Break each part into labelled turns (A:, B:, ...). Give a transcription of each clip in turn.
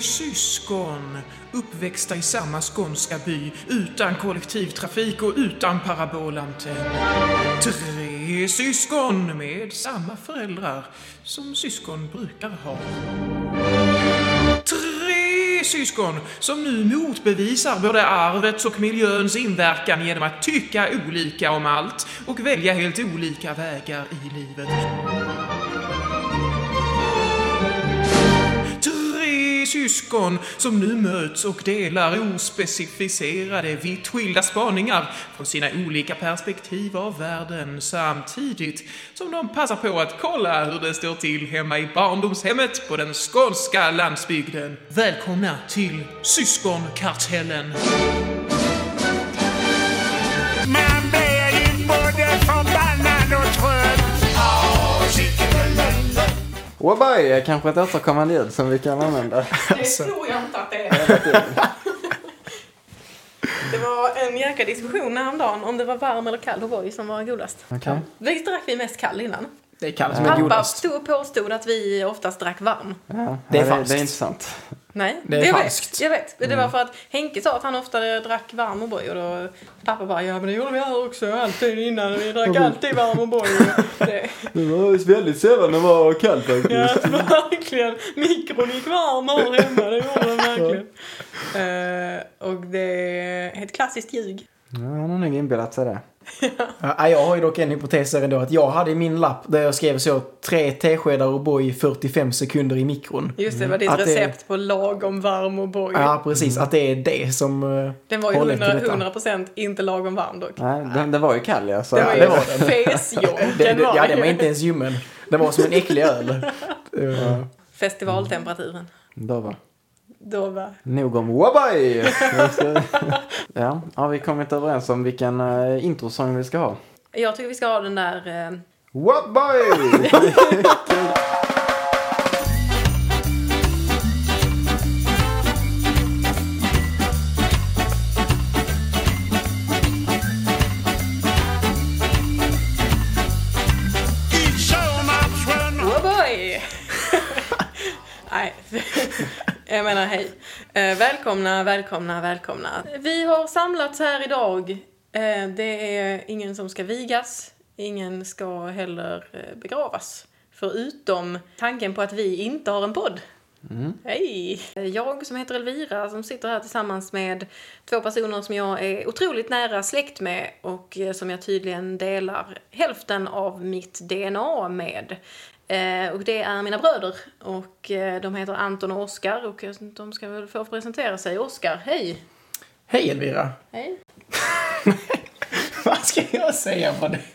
A: syskon, uppväxta i samma skånska by, utan kollektivtrafik och utan parabolantenn. 3 syskon med samma föräldrar som syskon brukar ha. 3 syskon som nu motbevisar både arvets och miljöns inverkan genom att tycka olika om allt och välja helt olika vägar i livet. 3 syskon som nu möts och delar ospecificerade, vitt skilda spaningar från sina olika perspektiv av världen, samtidigt som de passar på att kolla hur det står till hemma i barndomshemmet på den skånska landsbygden. Välkomna till Syskonkartellen.
B: Man blir in både förbannad och trött.
C: Wobbai är kanske ett återkommande ljud som vi kan använda.
D: Det tror jag inte att det är. Det var en jäkla diskussion häromdagen om det var varm eller kall O'boy som var godast.
C: Okay.
D: Vi drack vi mest kall innan.
E: Det är kall som är
D: Pappa
E: godast.
D: stod och påstod att vi oftast drack varm.
C: Ja,
E: Det är falskt.
C: Det är inte sant.
D: Nej,
E: Det är
D: jag
E: falskt.
D: vet. Det var för att Henke sa att han ofta drack varm O'boy och då pappa bara, ja men det gjorde vi här också alltid innan. Vi drack alltid varm O'boy.
C: Det var väldigt sällan det var kallt faktiskt.
D: Ja, verkligen. Mikron gick varm här hemma, det gjorde den verkligen. Och det är ett klassiskt ljug.
C: Ja, han har nog inbillat sig det.
E: Ja, jag har ju dock en hypotes här ändå att jag hade i min lapp där jag skrev så 3 teskedar O'boy i 45 sekunder i mikron.
D: Just det, var ditt
E: Att
D: recept på lagom varm O'boy.
E: Ja, precis. Att det är det som
D: Den var ju
E: håller till detta.
D: 100% inte lagom varm dock.
C: Nej, det var ju kall, ja. Så
D: Det var
E: det
D: ju
E: var
D: fesjonken var
E: Ja, det var
D: ju.
E: inte ens ljummen. Det var som en äcklig öl.
D: Festivaltemperaturen.
C: Då var
D: Då var...
C: nog om Wobbai! Ja, har vi kommit överens om vilken introsång vi ska ha?
D: Jag tycker vi ska ha den där...
C: Wobbai!
D: Oh boy! Nej, jag menar hej. Välkomna. Vi har samlats här idag. Det är ingen som ska vigas. Ingen ska heller begravas. Förutom tanken på att vi inte har en podd. Hej! Jag som heter Elvira som sitter här tillsammans med 2 personer som jag är otroligt nära släkt med och som jag tydligen delar hälften av mitt DNA med. Och det är mina bröder och de heter Anton och Oskar och de ska väl få presentera sig. Oskar, hej!
E: Hej Elvira.
D: Hej!
E: Vad ska jag säga på det?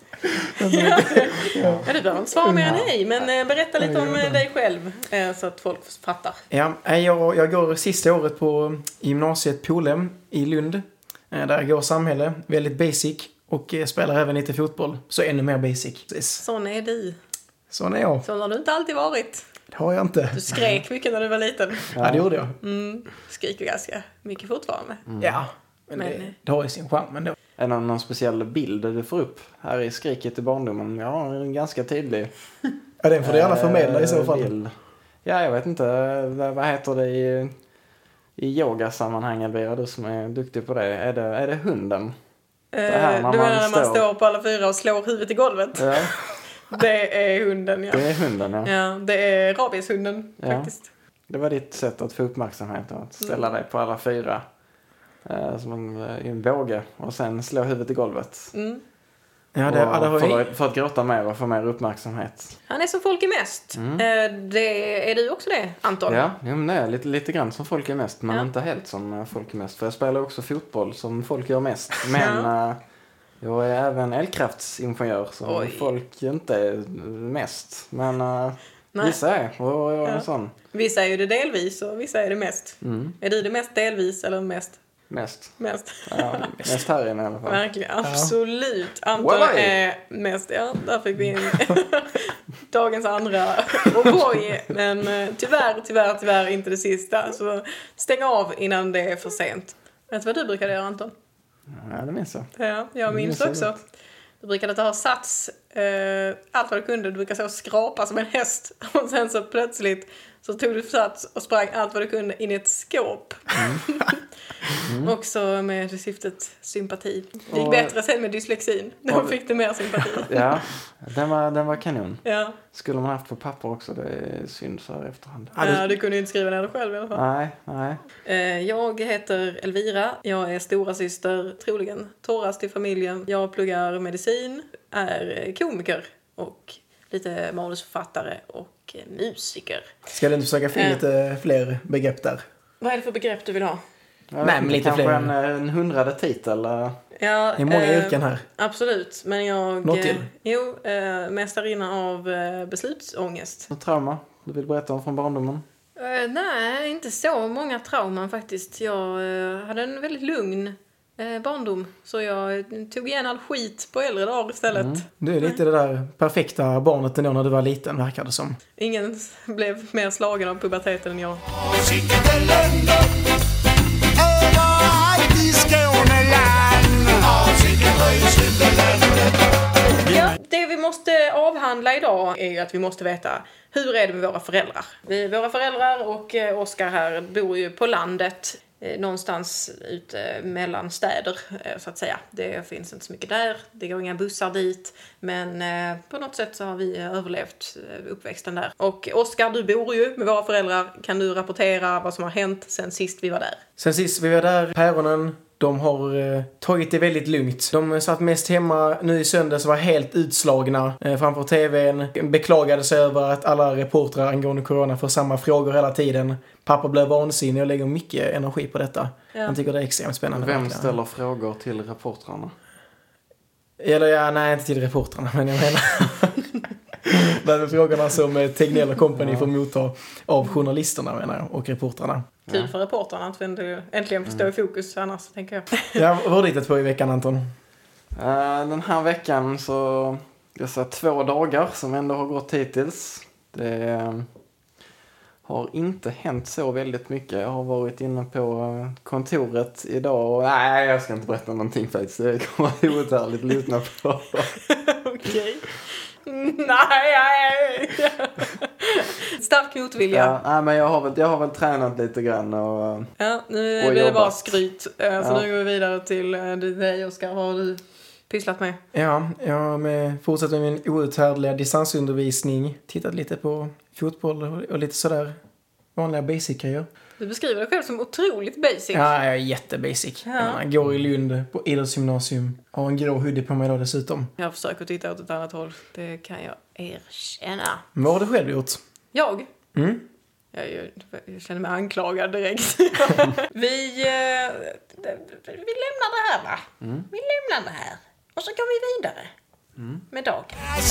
D: Ja, du behöver inte svara mer än hej, men berätta lite om dig själv så att folk fattar.
E: Ja, jag går sista året på gymnasiet Polhem i Lund. Där jag går samhälle, väldigt basic. Och spelar även lite fotboll, så ännu mer basic.
D: Sån är du.
E: Sån är jag.
D: Sån har du inte alltid varit.
E: Det har jag inte.
D: Du skrek mycket när du var liten.
E: Ja, det gjorde jag.
D: Skriker ganska mycket fortfarande.
E: Ja, men det har ju sin charm ändå.
C: Är det någon speciell bild du får upp här i skriket i barndomen? Ja, en ganska tydlig.
E: Ja, den får du gärna förmedla i så fall.
C: Bild. Ja, jag vet inte. Vad heter det i yogasammanhang, Elvira? Du som är duktig på det. Är det hunden?
D: Du menar när man står på alla 4 och slår huvudet i golvet?
C: Ja.
D: Det är hunden, ja.
C: Det är hunden, ja.
D: Ja, det är rabieshunden,
C: Ja.
D: faktiskt.
C: Det var ditt sätt att få uppmärksamhet. Att ställa dig på alla 4 som en båge och sen slå huvudet i golvet.
E: Ja, det har ju...
C: För att gråta mer och få mer uppmärksamhet.
D: Han är som folk är mest. Är du också det, Anton?
C: Ja, men det är lite grann som folk är mest. Men inte helt som folk är mest. För jag spelar också fotboll som folk gör mest. Men jag är även elkraftsingenjör som folk inte är mest. Men vissa är. Och jag är en sån.
D: Vissa är ju det delvis och vissa är det mest. Är du det mest delvis eller mest?
C: Mest.
D: Ja,
C: mest här inne i alla fall.
D: verkligen, absolut. Anton är mest, ja, där fick vi in dagens andra O'boy. Men tyvärr inte det sista. Så stäng av innan det är för sent. Vet du vad du brukade göra, Anton?
C: Ja, det minns jag.
D: Ja, jag minns också. Du brukade ta sats allt vad du kunde. Du brukade så skrapa som en häst. Och sen så plötsligt Så tog du sats och sprang allt vad du kunde in i ett skåp. Också med syftet sympati. Det gick bättre sen med dyslexin. Då fick du mer sympati.
C: Ja, den var kanon.
D: Ja.
C: Skulle man haft på papper också, det är synd så här efterhand.
D: Ja, du kunde inte skriva ner det själv i alla fall.
C: Nej.
D: Jag heter Elvira. Jag är stora syster, troligen torrast i familjen. Jag pluggar medicin, är komiker och lite manusförfattare och musiker.
E: Ska du inte försöka få lite fler begrepp där?
D: Vad är det för begrepp du vill ha?
C: Nej, men lite kanske fler. En 100:e titel.
D: Ja,
E: det är många yrken här.
D: Absolut, men jag...
E: Något till?
D: Mästarinna av beslutsångest.
C: Något trauma du vill berätta om från barndomen?
D: Nej, inte så många trauman faktiskt. Jag hade en väldigt lugn barndom. Så jag tog igen all skit på äldre dagar istället.
E: Du är lite det där perfekta barnet ändå när du var liten, verkar det som.
D: Ingen blev mer slagen av puberteten än jag. Ja, det vi måste avhandla idag är att vi måste veta hur är det med våra föräldrar. Våra föräldrar och Oskar här bor ju på landet. Någonstans ute mellan städer så att säga. Det finns inte så mycket där. Det går inga bussar dit. Men på något sätt så har vi överlevt uppväxten där. Och Oskar, du bor ju med våra föräldrar. Kan du rapportera vad som har hänt sen sist vi var där?
E: Sen sist vi var där, päronen, de har tagit det väldigt lugnt. De satt mest hemma nu i söndags, var helt utslagna framför tvn. Beklagade sig över att alla reportrar angående corona får samma frågor hela tiden. Pappa blev vansinnig och lägger mycket energi på detta. Ja. Han tycker det är extremt spännande.
C: Vem ställer frågor till reportrarna?
E: Eller nej, inte till reportrarna, men jag menar... Det är frågorna som Tegnell och Company får motta av journalisterna, menar jag, och reportrarna.
D: Kul för reportrarna att äntligen förstå i fokus annars, tänker jag.
E: Ja, vad har du hittat på i veckan, Anton?
C: Den här veckan så... Dessa 2 dagar som ändå har gått hittills. Det har inte hänt så väldigt mycket. Jag har varit inne på kontoret idag och... Nej, jag ska inte berätta någonting faktiskt. Det kommer outhärdligt lyssna på.
D: Okej. Nej. Stark motvilja.
C: Ja, men jag har väl tränat lite grann och
D: nu blir det bara skryt. Så nu går vi vidare till dig, Oskar. Vad har du pysslat med?
E: Ja, jag har fortsatt med min outhärdliga distansundervisning. Tittat lite på fotboll och lite sådär vanliga basic-grejer.
D: Du beskriver dig själv som otroligt basic.
E: Ja, jag är jättebasic. Jag går i Lund på idrottsgymnasium. Har en grå hoodie på mig då dessutom.
D: Jag försöker titta åt ett annat håll. Det kan jag erkänna.
E: Men vad har du själv gjort?
D: Jag? Jag känner mig anklagad direkt. Vi lämnar det här, va? Vi lämnar det här. Och så går vi vidare. Med dagen.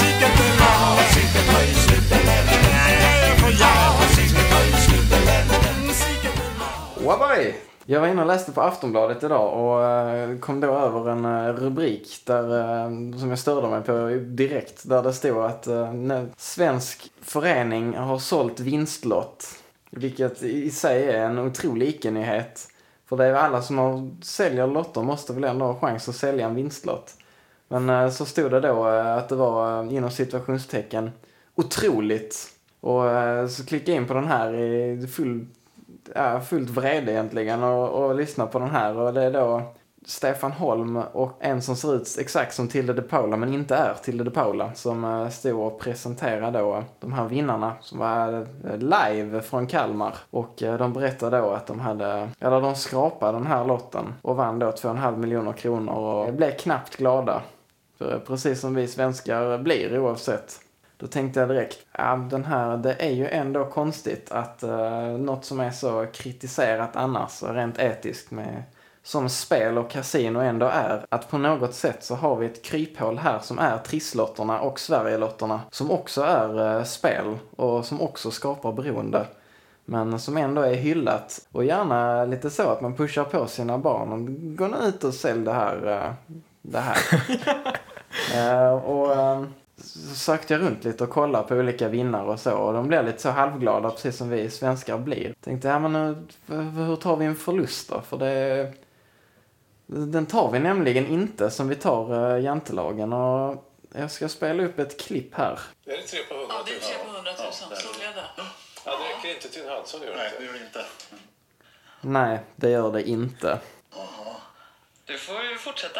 C: Wabari! Jag var inne och läste på Aftonbladet idag och kom då över en rubrik där, som jag störde mig på direkt, där det stod att svensk förening har sålt vinstlott, vilket i sig är en otrolig icke-nyhet. För det är alla som säljer lotter måste väl ändå ha chans att sälja en vinstlott. Men så stod det då att det var inom situationstecken otroligt. Och så klickade jag in på den här i fullt vrede egentligen och lyssna på den här. Och det är då Stefan Holm och en som ser ut exakt som Tilde de Paula men inte är Tilde de Paula som stod och presenterade då de här vinnarna som var live från Kalmar. Och de berättade då att de skrapade den här lotten och vann då 2,5 miljoner kronor och blev knappt glada. För precis som vi svenskar blir oavsett. Då tänkte jag direkt, det är ju ändå konstigt att något som är så kritiserat annars rent etiskt som spel och kasino ändå är, att på något sätt så har vi ett kryphål här som är trisslotterna och Sverigelotterna som också är spel och som också skapar beroende. Men som ändå är hyllat och gärna lite så att man pushar på sina barn och går nu ut och sälj det här. Så sökte jag runt lite och kollade på olika vinnare och så. Och de blev lite så halvglada, precis som vi svenskar blir. Tänkte, hur tar vi en förlust då? För den tar vi nämligen inte som vi tar jantelagen. Och jag ska spela upp ett klipp här.
F: Är det 3 på 100 000?
G: Ja, det är 3 på 100 000. Så blev det.
F: Ja, det är räcker inte till en Hudson, gör det
G: Nej,
F: inte?
G: det gör det inte.
C: Nej, det gör det inte.
G: Jaha.
H: Du får ju fortsätta.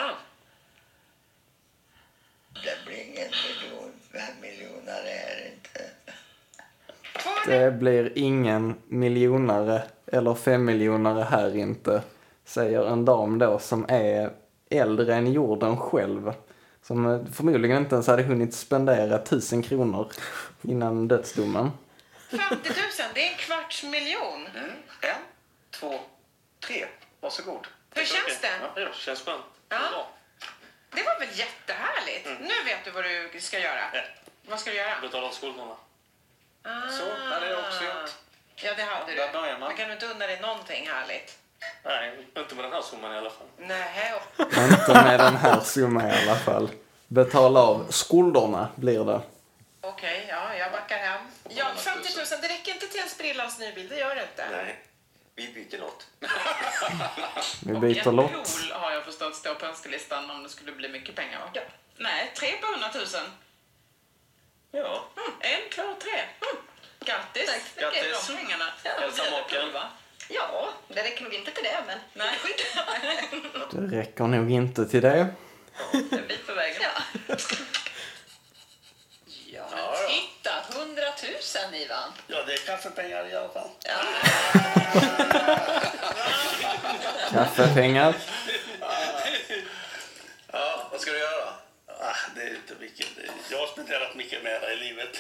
G: Det blir ingen miljon. 5 miljoner är det inte.
C: Det blir ingen miljonare eller 5-miljonare här inte, säger en dam då som är äldre än jorden själv. Som förmodligen inte ens hade hunnit spendera 1000 kronor innan dödsdomen.
H: 50 000, det är 250 000.
F: 1, 2, 3. Varsågod.
H: Hur känns det?
F: Ja, det känns bra.
H: Ja. Det var väl jättehärligt. Nu vet du vad du ska göra.
F: Ja.
H: Vad ska du göra?
F: Betala skulderna. Så,
H: Ah.
F: här är det också gjort.
H: Ja, det hade
F: Där börjar
H: du.
F: man.
H: Men kan du inte unna dig någonting härligt?
F: Nej, inte med den här summan i alla fall.
H: Nej.
C: Inte med den här summan i alla fall. Betala av skulderna blir det.
H: Okej, ja, jag backar hem. Ja, 50 000, det räcker inte till en sprillans nybil, det gör det inte.
F: Nej, vi byter lott.
C: Vi byter lott.
I: Pool har jag förstått står på önskelistan om det skulle bli mycket pengar, va?
H: Ja.
I: Nej, 3 på 100 000.
F: Ja.
I: En klar 3. Grattis.
H: Tack.
I: Det är
F: Grattis.
I: de pengarna.
F: Hälsa maken.
H: Ja, det räcker nog inte till det, men...
I: Nej,
C: Det räcker nog inte till det.
I: en bit på vägen.
H: Ja.
I: Ja, titta, 100 000, Ivan.
G: Ja, det är kaffepengar i alla fall.
C: Kaffepengar.
F: Ja, vad ska du göra?
G: Det är inte mycket. Jag har spenderat mycket mer i livet.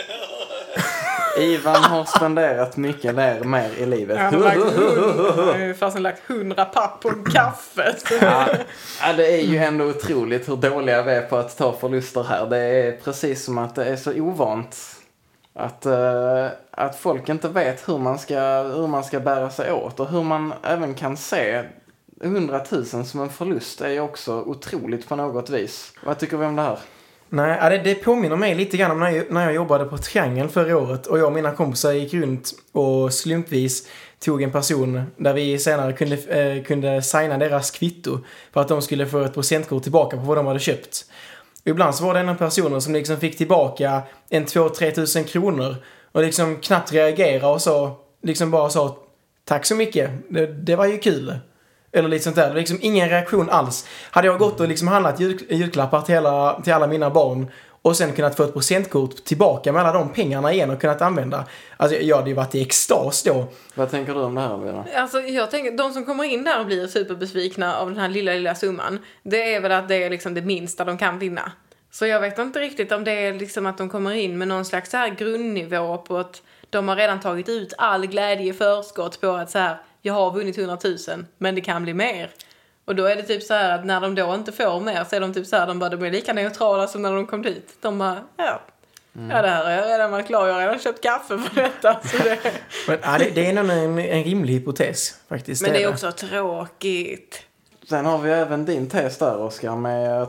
C: Ivan har spenderat mycket mer i livet.
D: Fast lagt 100 papp på en kaffe.
C: Ja, det är ju ändå otroligt hur dåliga vi är på att ta förluster här. Det är precis som att det är så ovant att folk inte vet hur man ska bära sig åt. Och hur man även kan se 100 000 som en förlust är ju också otroligt på något vis. Vad tycker vi om det här?
E: Nej, det påminner mig lite grann om när jag jobbade på Triangeln förra året och jag och mina kompisar gick runt och slumpvis tog en person där vi senare kunde signa deras kvitto för att de skulle få ett procentkort tillbaka på vad de hade köpt. Och ibland så var det en person som liksom fick tillbaka 2-3 tusen kronor och liksom knappt reagerade och bara sa tack så mycket, det var ju kul. Eller lite sånt där. Det var liksom ingen reaktion alls. Hade jag gått och liksom handlat julklappar till alla mina barn och sen kunnat få ett procentkort tillbaka med alla de pengarna igen och kunnat använda. Alltså jag hade ju varit i extas då.
C: Vad tänker du om det här, Vera?
D: Alltså jag tänker, de som kommer in där och blir superbesvikna av den här lilla summan, det är väl att det är liksom det minsta de kan vinna. Så jag vet inte riktigt om det är liksom att de kommer in med någon slags så här grundnivå på att de har redan tagit ut all glädje i förskott på att så här, jag har vunnit 100 000, men det kan bli mer. Och då är det typ så här att när de då inte får mer så är de typ så här, de är lika neutrala som när de kom dit. De bara, ja, det här har jag redan varit klar, jag har redan köpt kaffe för detta. Så det...
E: Men det är nog en rimlig hypotes faktiskt.
D: Men det är också tråkigt.
C: Sen har vi även din tes där, Oskar, med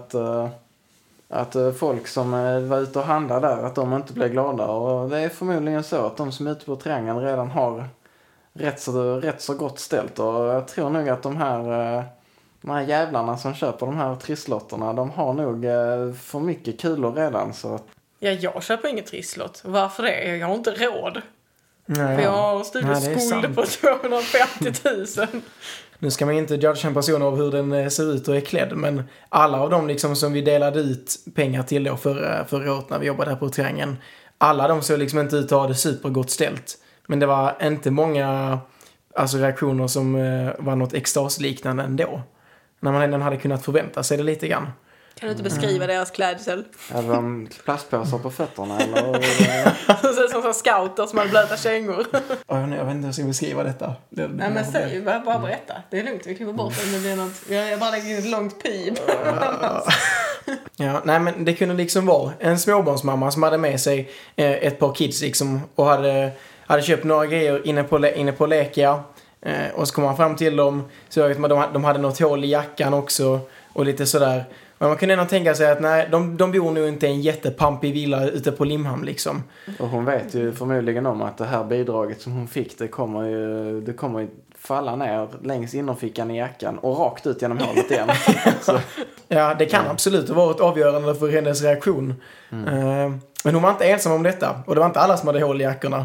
C: att folk som var ute och handlade där, att de inte blir glada. Och det är förmodligen så att de som är ute på Triangeln redan har rätt så gott ställt. Och jag tror nog att de här jävlarna som köper de här trisslotterna, de har nog för mycket kulor redan. Så.
D: Ja, jag köper inget trisslott. Varför det? Jag har inte råd.
E: Nej,
D: för jag har studieskulder på 250 000.
E: Nu ska man inte judge en person av hur den ser ut och är klädd, men alla av dem liksom som vi delade ut pengar till då förra året när vi jobbade här på Triangeln, alla de såg liksom inte ut att ha det supergott ställt. Men det var inte många reaktioner som var något extasliknande ändå. När man ändå hade kunnat förvänta sig det lite grann.
D: Kan du inte beskriva deras klädsel?
C: Är de plastpåsar på fötterna eller?
D: Som scouter som hade blöta kängor.
E: Jag vet inte hur jag ska beskriva detta.
D: Nej, men säg bara berätta. Det är lugnt, vi klipper bort om det blir något. Jag bara lägger in ett långt pip.
E: Ja, nej, men det kunde liksom vara en småbarnsmamma som hade med sig ett par kids liksom, och hade köpt några grejer inne på Lekia. Och så kom man fram till dem, så jag vet att de hade något hål i jackan också och lite sådär. Men man kunde ändå tänka sig att nej, de bor nog inte i en jättepampig villa ute på Limhamn liksom.
C: Och hon vet ju förmodligen om att det här bidraget som hon fick, det kommer ju falla ner längs innerfickan i jackan och rakt ut genom hålet igen. Så.
E: Ja, det kan absolut ha varit avgörande för hennes reaktion. Men hon var inte ensam om detta. Och det var inte alla som hade hål i jackorna.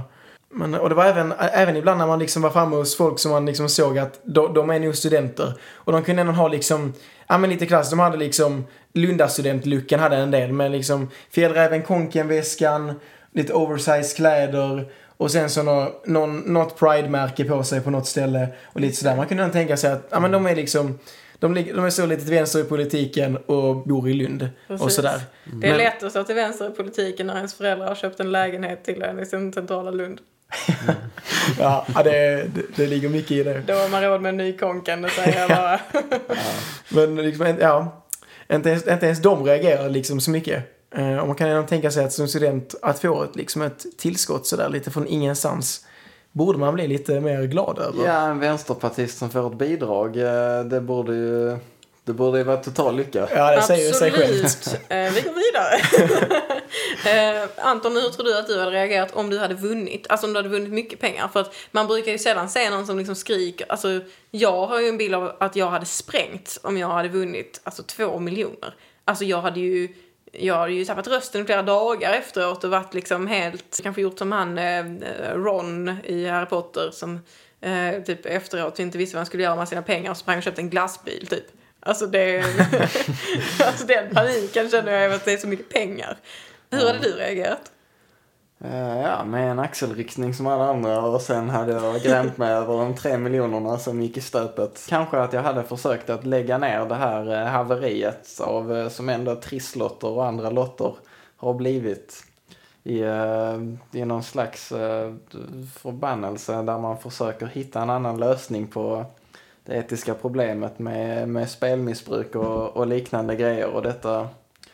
E: Men, och det var även ibland när man liksom var framme hos folk som man liksom såg att de är nog studenter. Och de kunde ändå ha liksom, ja men lite klass. De hade liksom Lundastudentlucken hade en del. Men liksom fjällräven Konken-väskan, lite oversized kläder. Och sen så något Pride-märke på sig på något ställe. Och lite sådär. Man kunde ändå tänka sig att ja, men de är liksom... De är så lite till vänster i politiken och bor i Lund. Precis. Och sådär.
D: Det är lätt att stå till vänster i politiken när ens föräldrar har köpt en lägenhet till en i centrala Lund.
E: Ja, det ligger mycket i det.
D: Då har man råd med en ny Konken, det säger jag bara.
E: Men liksom, ja, inte ens de reagerar liksom så mycket. Och man kan ändå tänka sig att som student att få ett tillskott sådär lite från ingenstans. Borde man bli lite mer glad över?
C: Ja, en vänsterpartist som får ett bidrag, det borde ju vara total lycka.
E: Ja, det säger sig självt.
D: Vi går vidare. Anton, hur tror du att du hade reagerat om du hade vunnit? Alltså om du hade vunnit mycket pengar. För att man brukar ju sällan se någon som liksom skriker. Alltså jag har ju en bild av att jag hade sprängt om jag hade vunnit 2 miljoner. Alltså jag hade ju tappat rösten i flera dagar efteråt och varit liksom helt, kanske gjort som han Ron i Harry Potter som typ efteråt inte visste vad han skulle göra med sina pengar och sprang och köpte en glassbil typ. Alltså den paniken känner jag att det är så mycket pengar. Hur hade du reagerat?
C: Ja, med en axelryckning som alla andra och sen hade jag grämt mig över de 3 miljonerna som gick i stöpet. Kanske att jag hade försökt att lägga ner det här haveriet av som ändå trisslotter och andra lotter har blivit i någon slags förbannelse där man försöker hitta en annan lösning på det etiska problemet med spelmissbruk och liknande grejer och detta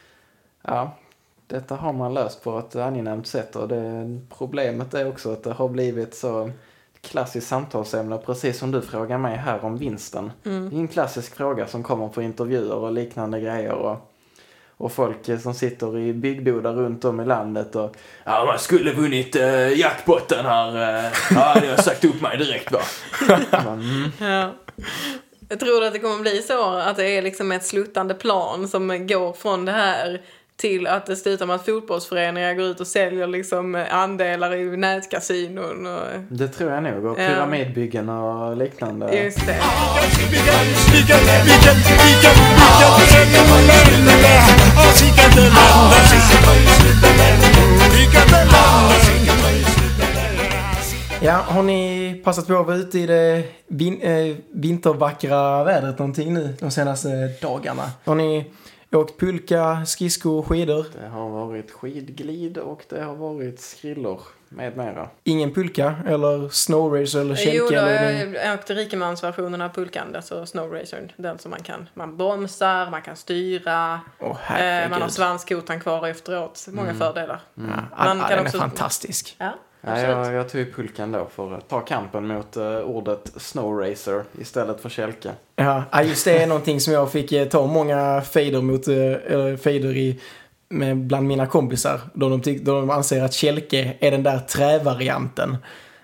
C: har man löst på ett angenämt sätt och problemet är också att det har blivit så klassiskt samtalsämne, precis som du frågar mig här om vinsten. Mm. Det är en klassisk fråga som kommer på intervjuer och liknande grejer och folk som sitter i byggbodar runt om i landet och man skulle vunnit jackpotten här. Det har sagt upp mig direkt va.
D: Ja. Jag tror att det kommer bli så att det är liksom ett sluttande plan som går från det här till att det slutar med att fotbollsföreningar går ut och säljer liksom andelar i nätkasinon. Och... Det
C: tror jag nog. Och pyramidbyggen och liknande.
D: Just det.
E: Ja, har ni passat på att vara ute i det vintervackra vädret någonting nu de senaste dagarna? Har ni åkt pulka, skridsko och skidor?
C: Det har varit skidglid och det har varit skrillor med mera.
E: Ingen pulka eller snowracer eller kälke?
D: Jo, jag åkte rikemansversionen av pulkan, alltså snowracern. Den som man bromsar, man kan styra, man har svanskotan kvar efteråt. Många fördelar.
E: Mm. Man kan den också... är fantastisk.
D: Ja.
C: Ja, jag tog pulkan då för att ta kampen mot ordet snowracer istället för kälke.
E: Ja, just det är någonting som jag fick ta många fader bland mina kompisar. Då de anser att kälke är den där trävarianten.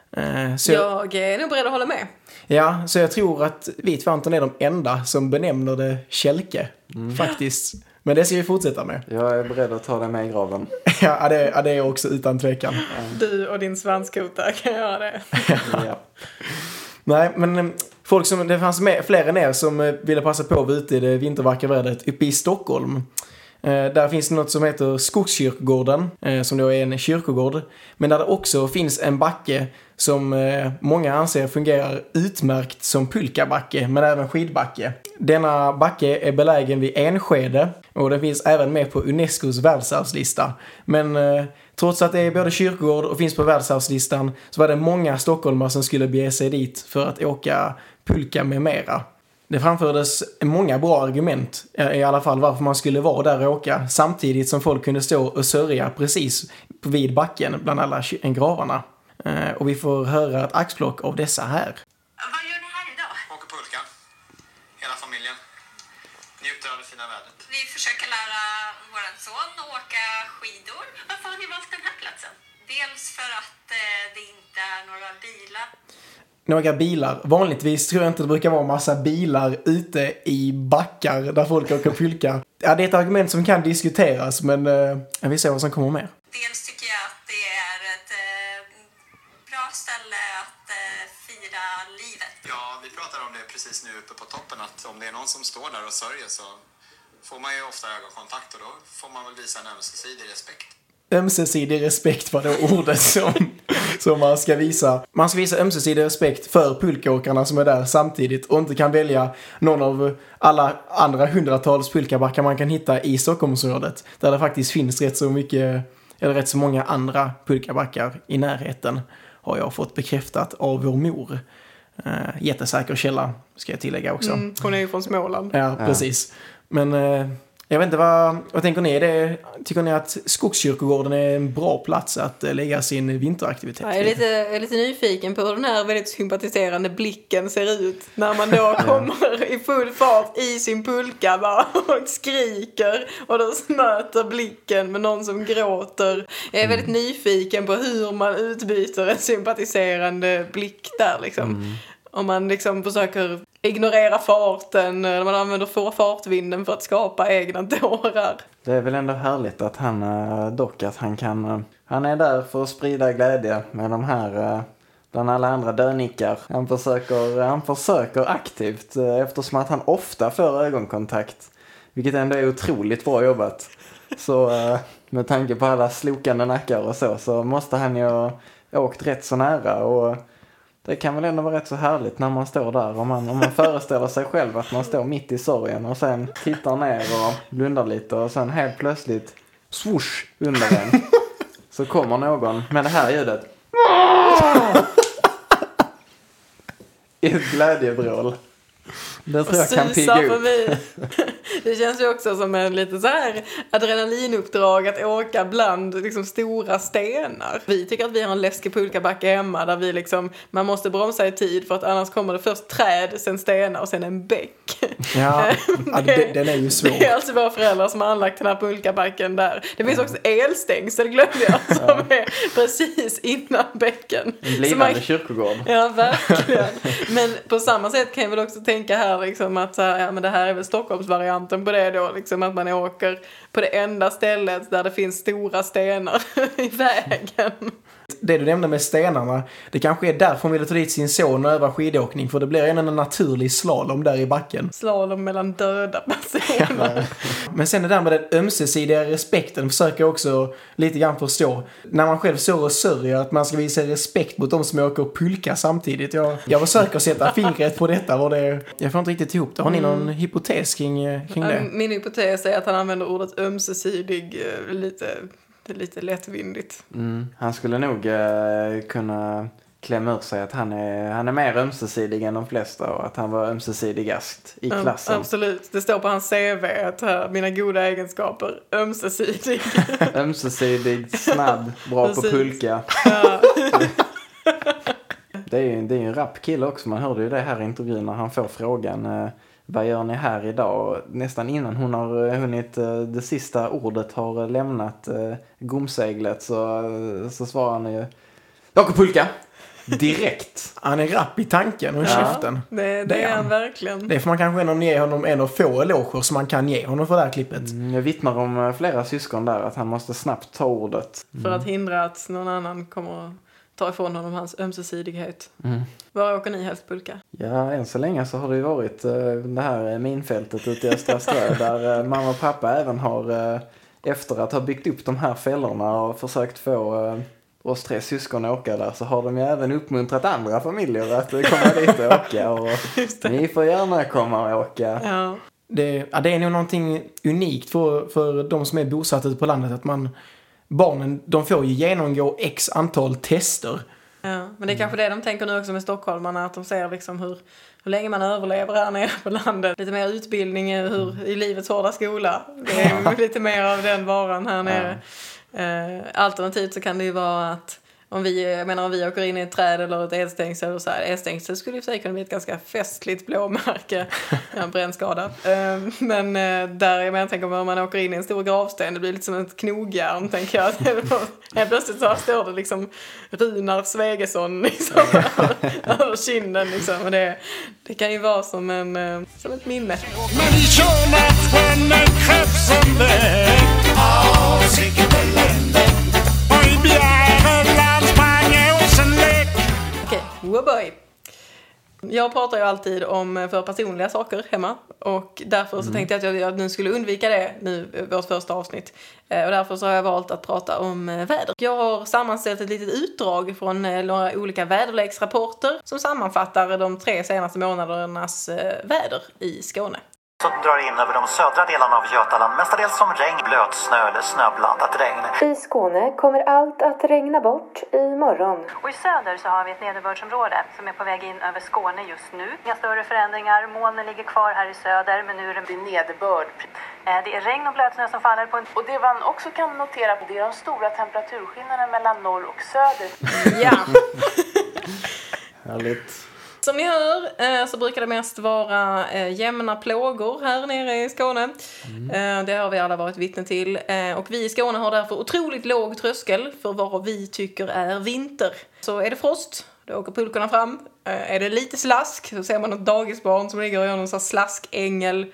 D: Jag är nog beredd att hålla med.
E: Ja, så jag tror att vi två Anton är de enda som benämner det kälke. Faktiskt. Men det ska vi fortsätta med.
C: Jag är beredd att ta det med i graven.
E: Ja, det är jag också utan tvekan.
D: Du och din svanskota kan göra det.
C: Ja.
E: Nej, men det fanns fler än er som ville passa på att vara ute i det vintervackra vädret uppe i Stockholm. Där finns något som heter Skogskyrkogården, som då är en kyrkogård. Men där det också finns en backe som många anser fungerar utmärkt som pulkabacke, men även skidbacke. Denna backe är belägen vid Enskede och den finns även med på Unescos världsarvslista. Men trots att det är både kyrkogård och finns på världsarvslistan så var det många stockholmare som skulle bege sig dit för att åka pulka med mera. Det framfördes många bra argument, i alla fall varför man skulle vara där och åka, samtidigt som folk kunde stå och sörja precis vid backen bland alla gravarna. Och vi får höra ett axplock av dessa här.
J: Vad gör ni här idag? Åker pulka. Hela familjen. Njuter av det fina vädret. Vi försöker lära vår son att åka skidor. Varför har ni valt den här platsen? Dels för att det inte är några bilar.
E: Några bilar. Vanligtvis tror jag inte det brukar vara massa bilar ute i backar där folk åker pulka. Ja, det är ett argument som kan diskuteras, men vi ser vad som kommer med.
J: Dels tycker jag att det är ett bra tillfälle att fira livet.
K: Ja, vi pratar om det precis nu uppe på toppen, att om det är någon som står där och sörjer så får man ju ofta ögonkontakt och då får man väl visa en ömsesidig respekt.
E: Ömsesidig respekt var det ordet som man ska visa. Man ska visa ömsesidig respekt för pulkaåkarna som är där samtidigt och inte kan välja någon av alla andra hundratals pulkabackar man kan hitta i Stockholmsområdet. Där det faktiskt finns rätt så många andra pulkabackar i närheten, har jag fått bekräftat av vår mor. Jättesäker källa ska jag tillägga också.
D: Hon är ju från Småland.
E: Ja, precis. Men jag vet inte, vad tänker ni? Tycker ni att Skogskyrkogården är en bra plats att lägga sin vinteraktivitet?
D: Jag är lite nyfiken på hur den här väldigt sympatiserande blicken ser ut när man då kommer i full fart i sin pulka bara, och skriker och då möter blicken med någon som gråter. Jag är väldigt nyfiken på hur man utbyter en sympatiserande blick där liksom. Om man liksom försöker ignorera farten, eller man använder fartvinden för att skapa egna tårar. Det
C: är väl ändå härligt att han är där för att sprida glädje med de här bland alla andra dönickar. Han försöker aktivt eftersom att han ofta får ögonkontakt, vilket ändå är otroligt bra jobbat. Så med tanke på alla slokande nackar och så måste han ju ha åkt rätt så nära, och det kan väl ändå vara rätt så härligt när man står där. Om man föreställer sig själv att man står mitt i sorgen och sen tittar ner och blundar lite och sen helt plötsligt swoosh under en. Så kommer någon med det här ljudet. I ett glädjebrål. Det tror jag kan pigga upp.
D: Det känns ju också som en lite så här adrenalinuppdrag att åka bland liksom stora stenar. Vi tycker att vi har en läskig pulkabacke hemma där vi liksom, man måste bromsa i tid för att annars kommer det först träd, sen stenar och sen en bäck.
E: Ja, den är ju svår.
D: Det är alltså våra föräldrar som har anlagt den här pulkabacken där. Det finns också elstängsel, glömde jag, som är precis innan bäcken.
C: En blivande kyrkogård.
D: Ja, verkligen. Men på samma sätt kan jag väl också tänka här liksom att men det här är väl Stockholmsvarianten på det då, liksom att man åker på det enda stället där det finns stora stenar i vägen.
E: Det du nämnde med stenarna, det kanske är därför hon ville ta dit sin son och öva skidåkning, för det blir en naturlig slalom där i backen.
D: Slalom mellan döda personer.
E: Ja. Men sen det där med den ömsesidiga respekten försöker jag också lite grann förstå. När man själv står och sörjer att man ska visa respekt mot de som åker och pulka samtidigt. Jag försöker sätta fingret på detta. Jag får inte riktigt ihop det. Har ni någon hypotes kring det?
D: Min hypotes är att han använder ordet ömsesidig lite lättvindigt.
C: Han skulle nog kunna klämma ur sig att han är mer ömsesidig än de flesta och att han var ömsesigast i klassen.
D: Absolut. Det står på hans CV att mina goda egenskaper, ömsesidig.
C: Ömsesidig, snabb, bra på pulka.
D: Ja.
C: Det är ju en rapp kille också. Man hörde ju det här i intervjun när han får frågan vad gör ni här idag? Och nästan innan hon har hunnit det sista ordet har lämnat gomseglet så svarar han ju jag åker pulka. Direkt.
E: Han är rapp i tanken och i käften.
D: Det är han verkligen.
E: Det får man kanske ändå ge honom en av få eloger som man kan ge honom för det här klippet.
C: Jag vittnar om flera syskon där att han måste snabbt ta ordet.
D: För att hindra att någon annan kommer att ta ifrån honom hans ömsesidighet. Var åker ni helst pulka?
C: Ja, än så länge så har det ju varit det här minfältet ute i Östra Strö där mamma och pappa även har efter att ha byggt upp de här fällorna och försökt få oss 3 syskon åka där, så har de ju även uppmuntrat andra familjer att komma dit och åka. Och ni får gärna komma och åka.
D: Ja.
E: Det är nog någonting unikt för de som är bosatta ute på landet att barnen, de får ju genomgå x antal tester.
D: Ja, men det är kanske det de tänker nu också med stockholmarna, att de ser liksom hur länge man överlever här nere på landet. Lite mer utbildning i livets hårda skola. Det är lite mer av den varan här nere. Alternativt så kan det ju vara att om vi åker in i ett träd eller ett elstängsel och så här, elstängsel skulle ju för sig kunna bli ett ganska festligt blåmärke, brännskada. Men där jag tänker om man åker in i en stor gravsten, det blir lite som ett knogjärn, tänker jag. Helt plötsligt så står det liksom Runar Svegesson liksom, över kinden liksom. Och det kan ju vara som ett minne.
B: Men i kärnationen krävs väg av sicket elände och i bjärreland sprang åsen läck.
D: Oh boy. Jag pratar ju alltid om för personliga saker hemma och därför så tänkte jag att jag nu skulle undvika det nu vårt första avsnitt. Och därför så har jag valt att prata om väder. Jag har sammanställt ett litet utdrag från några olika väderleksrapporter som sammanfattar de 3 senaste månadernas väder i Skåne.
L: Som drar in över de södra delarna av Götaland, mestadels som regn, blötsnö eller snöblandat regn.
M: I Skåne kommer allt att regna bort imorgon.
N: Och i söder så har vi ett nederbördsområde som är på väg in över Skåne just nu. Inga större förändringar, molnen ligger kvar här i söder, men nu är det nederbörd. Det är regn och blötsnö som faller på en...
H: Och det man också kan notera, det är de stora temperaturskillnaderna mellan norr och söder.
D: Ja.
C: Härligt.
D: Som ni hör så brukar det mest vara jämna plågor här nere i Skåne. Det har vi alla varit vittne till. Och vi i Skåne har därför otroligt låg tröskel för vad vi tycker är vinter. Så är det frost, då åker pulkorna fram. Är det lite slask så ser man något dagisbarn som ligger och gör någon sån slaskängel.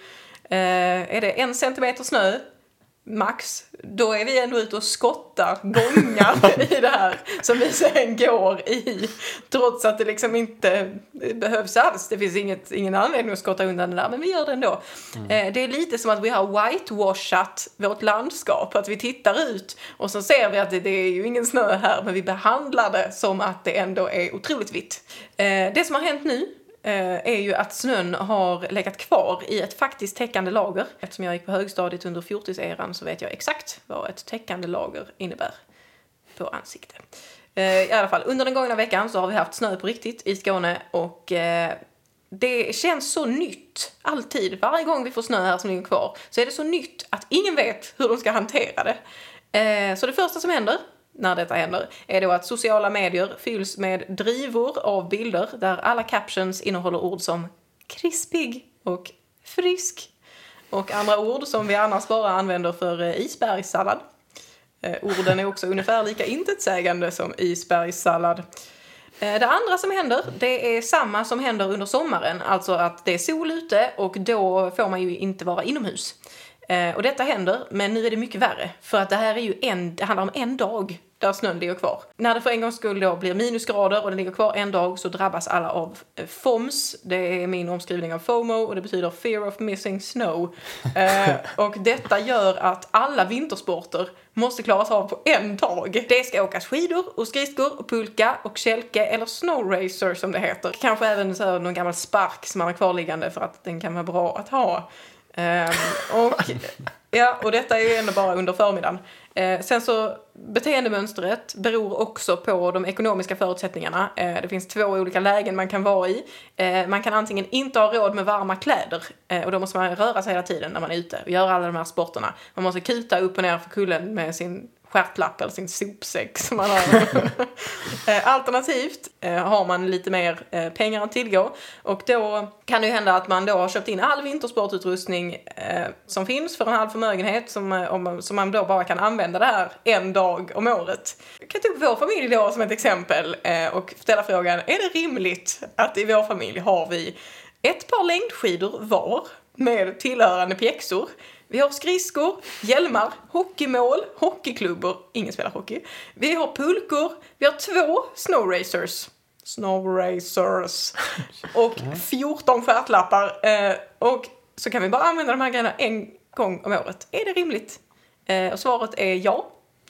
D: Är det 1 centimeter snö max, då är vi ändå ute och skottar gångar i det här som vi sen går i, trots att det liksom inte behövs alls. Det finns ingen anledning att skotta undan det där, men vi gör det ändå. Det är lite som att vi har whitewashat vårt landskap, att vi tittar ut och så ser vi att det är ju ingen snö här, men vi behandlar det som att det ändå är otroligt vitt. Det som har hänt nu är ju att snön har legat kvar i ett faktiskt täckande lager. Eftersom jag gick på högstadiet under 40-eran så vet jag exakt vad ett täckande lager innebär på ansikte. I alla fall, under den gångna veckan så har vi haft snö på riktigt i Skåne och det känns så nytt alltid. Varje gång vi får snö här som ligger kvar så är det så nytt att ingen vet hur de ska hantera det. Så det första som händer när detta händer är då att sociala medier fylls med drivor av bilder där alla captions innehåller ord som krispig och frisk och andra ord som vi annars bara använder för isbergssallad. Orden är också ungefär lika intetsägande som isbergssallad. Det andra som händer, det är samma som händer under sommaren, alltså att det är sol ute och då får man ju inte vara inomhus. Och detta händer, men nu är det mycket värre. För att det här är ju det handlar om en dag där snön ligger kvar. När det för en gångs skull då blir minusgrader och den ligger kvar en dag så drabbas alla av FOMS. Det är min omskrivning av FOMO och det betyder Fear of Missing Snow. Och detta gör att alla vintersporter måste klaras av på en dag. Det ska åkas skidor och skridskor och pulka och kälke eller snow racer som det heter. Kanske även så någon gammal spark som man har kvarliggande för att den kan vara bra att ha. Och detta är ju ändå bara under förmiddagen. Sen så beteendemönstret beror också på de ekonomiska förutsättningarna. Det finns 2 olika lägen man kan vara i. Man kan antingen inte ha råd med varma kläder och då måste man röra sig hela tiden när man är ute och göra alla de här sporterna. Man måste kuta upp och ner för kullen med sin stjärtlapp eller sin sopsäck som man har. Alternativt har man lite mer pengar att tillgå och då kan det ju hända att man då har köpt in all vintersportutrustning som finns för en halv förmögenhet som man då bara kan använda det här en dag om året. Jag kan ta upp vår familj då som ett exempel och ställa frågan, är det rimligt att i vår familj har vi ett par längdskidor var med tillhörande pjäxor? Vi har skridskor, hjälmar, hockeymål, hockeyklubbor. Ingen spelar hockey. Vi har pulkor. Vi har 2 snow racers. Och 14 stjärtlappar. Och så kan vi bara använda de här grejerna en gång om året. Är det rimligt? Och svaret är ja.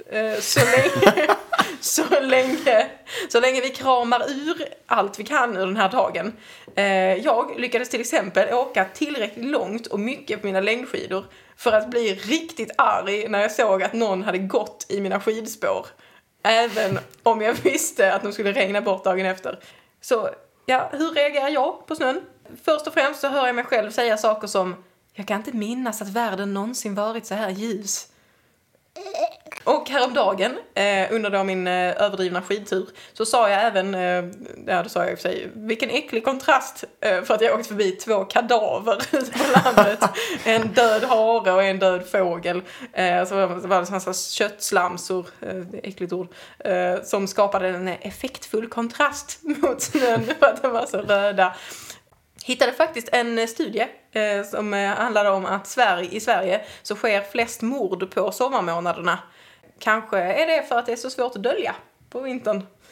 D: Så länge vi kramar ur allt vi kan ur den här dagen. Jag lyckades till exempel åka tillräckligt långt och mycket på mina längdskidor för att bli riktigt arg när jag såg att någon hade gått i mina skidspår. Även om jag visste att de skulle regna bort dagen efter. Så ja, hur reagerar jag på snön? Först och främst så hör jag mig själv säga saker som jag kan inte minnas att världen någonsin varit så här ljus. Och häromdagen, under då min överdrivna skidtur, så sa jag även, då sa jag i och för sig, vilken äcklig kontrast för att jag åkt förbi 2 kadaver ute på landet. En död hare och en död fågel. Så var det sådana köttslamsor, äckligt ord, som skapade en effektfull kontrast mot snön för att de var så röda. Hittade faktiskt en studie som handlade om att i Sverige så sker flest mord på sommarmånaderna. Kanske är det för att det är så svårt att dölja på vintern.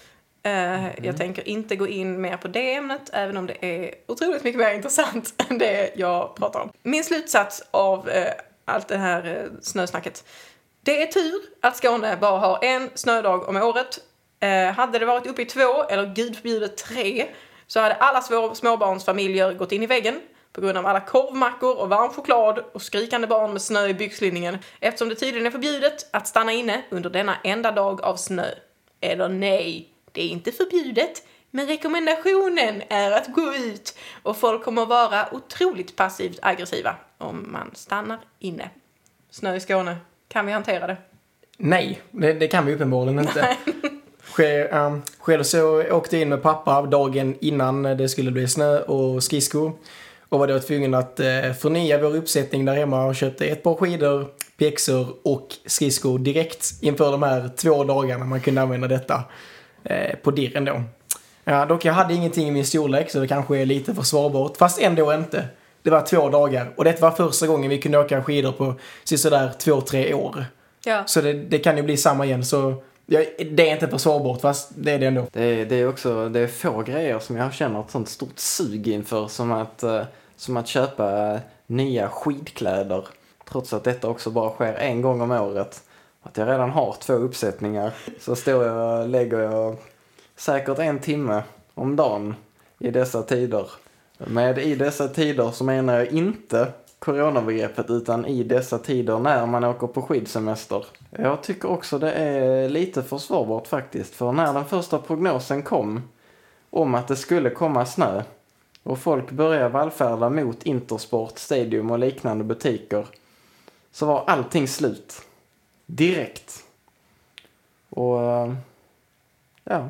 D: Jag tänker inte gå in mer på det ämnet, även om det är otroligt mycket mer intressant än det jag pratar om. Min slutsats av allt det här snösnacket. Det är tur att Skåne bara har en snödag om året. Hade det varit uppe i 2, eller gud förbjudet 3, så hade alla småbarnsfamiljer gått in i väggen på grund av alla korvmackor och varm choklad och skrikande barn med snö i byxlinningen, eftersom det tydligen är förbjudet att stanna inne under denna enda dag av snö. Eller nej, det är inte förbjudet, men rekommendationen är att gå ut, och folk kommer vara otroligt passivt aggressiva om man stannar inne. Snö i Skåne, kan vi hantera det?
E: Nej, det kan vi uppenbarligen inte. Själv så åkte jag in med pappa dagen innan det skulle bli snö och skridskor. Och var då tvungen att förnya vår uppsättning där hemma och köpte ett par skidor, pjäxor och skridskor direkt inför de här 2 dagarna man kunde använda detta på dirren då. Ja, dock jag hade ingenting i min storlek, så det kanske är lite försvarbart. Fast ändå inte. Det var 2 dagar. Och det var första gången vi kunde åka skidor på sådär 2-3 år.
D: Ja.
E: Så det kan ju bli samma igen. Så det är inte försvarbart, fast det är det ändå.
C: Det är också, det är få grejer som jag känner ett sånt stort sug inför som att köpa nya skidkläder. Trots att detta också bara sker en gång om året. Att jag redan har 2 uppsättningar. Så lägger jag säkert 1 timme om dagen i dessa tider. Med i dessa tider så menar jag inte coronabegreppet, utan i dessa tider när man åker på skidsemester. Jag tycker också det är lite försvarbart faktiskt. För när den första prognosen kom om att det skulle komma snö och folk började vallfärda mot Intersport, Stadium och liknande butiker, så var allting slut. Direkt. Och ja.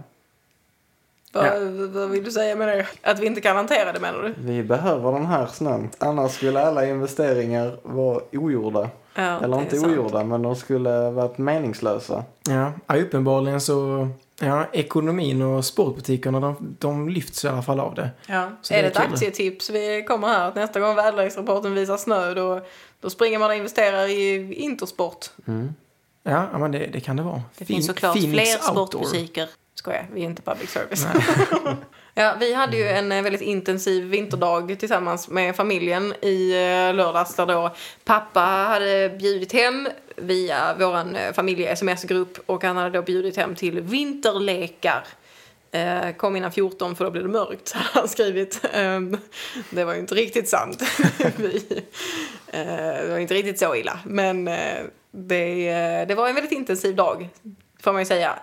D: Vad vill du säga med det? Att vi inte kan hantera det, menar du?
C: Vi behöver den här snön. Annars skulle alla investeringar vara ogjorda.
D: Ja,
C: eller inte ogjorda, men de skulle varit meningslösa.
E: Ja, uppenbarligen så... Ja, ekonomin och sportbutikerna, de lyfts i alla fall av det.
D: Ja.
E: Så
D: är det ett aktietips vi kommer här? Att nästa gång väderleksrapporten visar snö, då springer man och investerar i Intersport.
C: Mm.
E: Ja, men det kan det vara.
D: Det finns såklart fler sportbutiker. Skojar, vi är inte public service. Ja, vi hade ju en väldigt intensiv vinterdag tillsammans med familjen i lördags, där då pappa hade bjudit hem via våran familje-sms-grupp, och han hade då bjudit hem till vinterlekar. Kom innan 14 för då blev det mörkt, hade han skrivit. Det var ju inte riktigt sant. Det var inte riktigt så illa, men det var en väldigt intensiv dag, får man ju säga.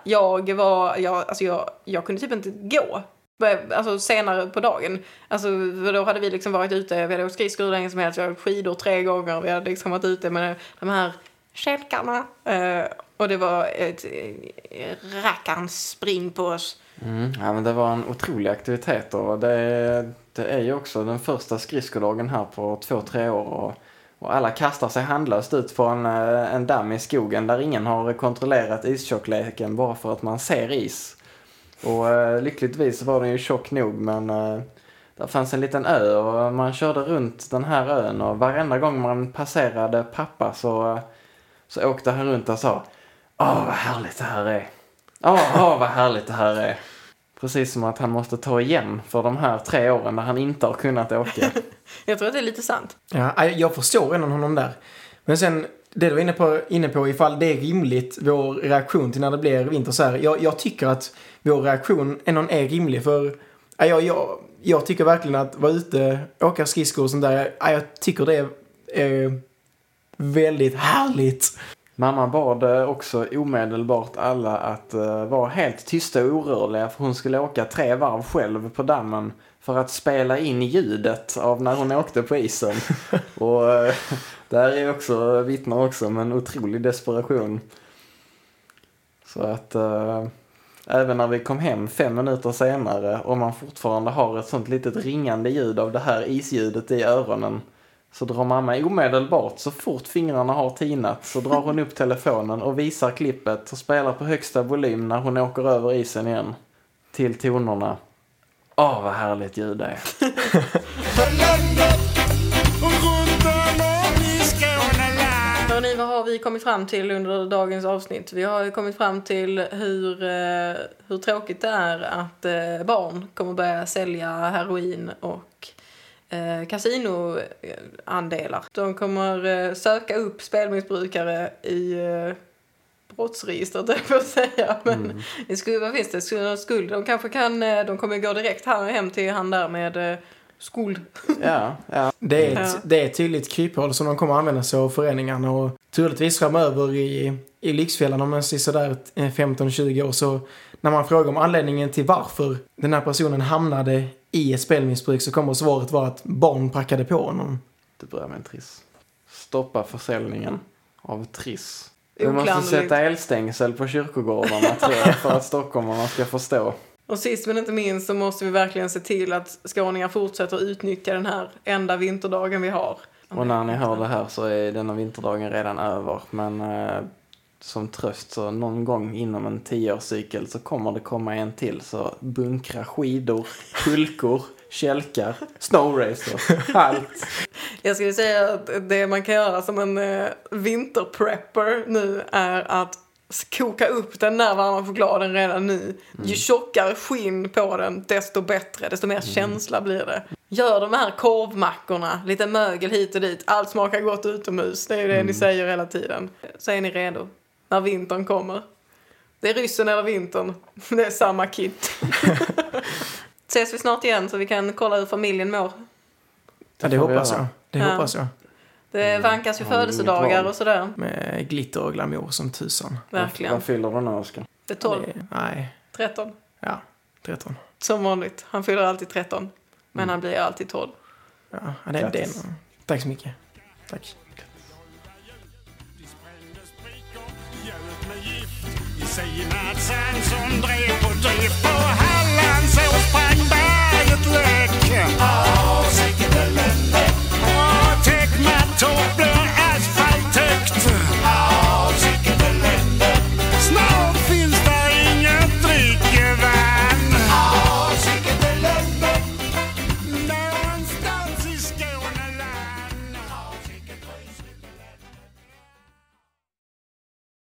D: Jag kunde typ inte gå. Alltså senare på dagen. Alltså då hade vi liksom varit ute. Vi hade åkt skridskor hur länge som helst. Vi hade skidor 3 gånger. Vi hade liksom varit ute med de här kälkarna. Och det var ett rackarns spring på oss.
C: Ja, men det var en otrolig aktivitet. Och det är ju också den första skridskodagen här på 2-3 år. Och alla kastar sig handlöst ut på en damm i skogen där ingen har kontrollerat istjockleken bara för att man ser is. Och lyckligtvis var den ju tjock nog, men där fanns en liten ö och man körde runt den här ön, och varenda gång man passerade pappa så åkte han runt och sa: vad härligt det här är. Vad härligt det här är. Precis som att han måste ta igen för de här 3 åren där han inte har kunnat åka.
D: Jag tror att det är lite sant.
E: Ja, jag förstår ändå honom där. Men sen, det du var inne på ifall det är rimligt, vår reaktion till när det blir vinter så här. Jag tycker att vår reaktion ändå är rimlig, för jag tycker verkligen att vara ute, åka skridskor och sånt där, jag tycker det är väldigt härligt.
C: Mamma bad också omedelbart alla att vara helt tysta och orörliga, för hon skulle åka 3 varv själv på dammen för att spela in ljudet av när hon åkte på isen. Och där är också, vittnar också om en otrolig desperation. Så att även när vi kom hem 5 minuter senare och man fortfarande har ett sånt litet ringande ljud av det här isljudet i öronen, så drar mamma omedelbart, så fort fingrarna har tinat, så drar hon upp telefonen och visar klippet och spelar på högsta volym när hon åker över isen igen. Till tonerna. Vad härligt ljud det är.
D: Hörrni, vad har vi kommit fram till under dagens avsnitt? Vi har kommit fram till hur tråkigt det är att barn kommer börja sälja heroin och kasinoandelar. De kommer söka upp spelmissbrukare i brottsregistret, det får jag säga. Men vad finns det? Skuld. De kommer gå direkt hem till han där med skuld.
C: Ja.
E: Det är ett tydligt kryphål som de kommer använda sig av föreningarna, och troligtvis framöver i Lyxfällan om en sådär 15-20 år, så när man frågar om anledningen till varför den här personen hamnade i ett spelmissbruk, så kommer svaret vara att barn prackade på honom.
C: Det börjar med en triss. Stoppa försäljningen av triss. Vi måste sätta elstängsel på kyrkogårdarna för att stockholmarna ska förstå.
D: Och sist men inte minst så måste vi verkligen se till att skåningar fortsätter utnyttja den här enda vinterdagen vi har.
C: Och när ni hör det här så är denna vinterdagen redan över. Men som tröst så någon gång inom en 10-årscykel så kommer det komma en till. Så bunkra skidor, pulkor, kälkar, snowracer, allt.
D: Jag skulle säga att det man kan göra som en vinterprepper nu är att koka upp den där varma chokladen redan nu. Ju tjockare skinn på den, desto bättre, desto mer känsla blir det. Gör de här korvmackorna, lite mögel hit och dit, allt smakar gott utomhus. Det är ju det ni säger hela tiden. Så är ni redo när vintern kommer. Det är ryssen eller vintern, det är samma kit. Ses vi snart igen så vi kan kolla hur familjen mår.
E: Ja, det hoppas jag. Hoppas jag.
D: Det vankas ju födelsedagar och sådär.
E: Med glitter och glamour som tusan.
D: Verkligen.
C: Vad fyller du nu, Oskar?
D: Det är 12.
E: Nej.
D: 13.
E: Ja, 13.
D: Som vanligt. Han fyller alltid 13. Men han blir alltid 12.
E: Ja, det är det. Tack så mycket. Tack.
B: Säger Madsen som drev på drift på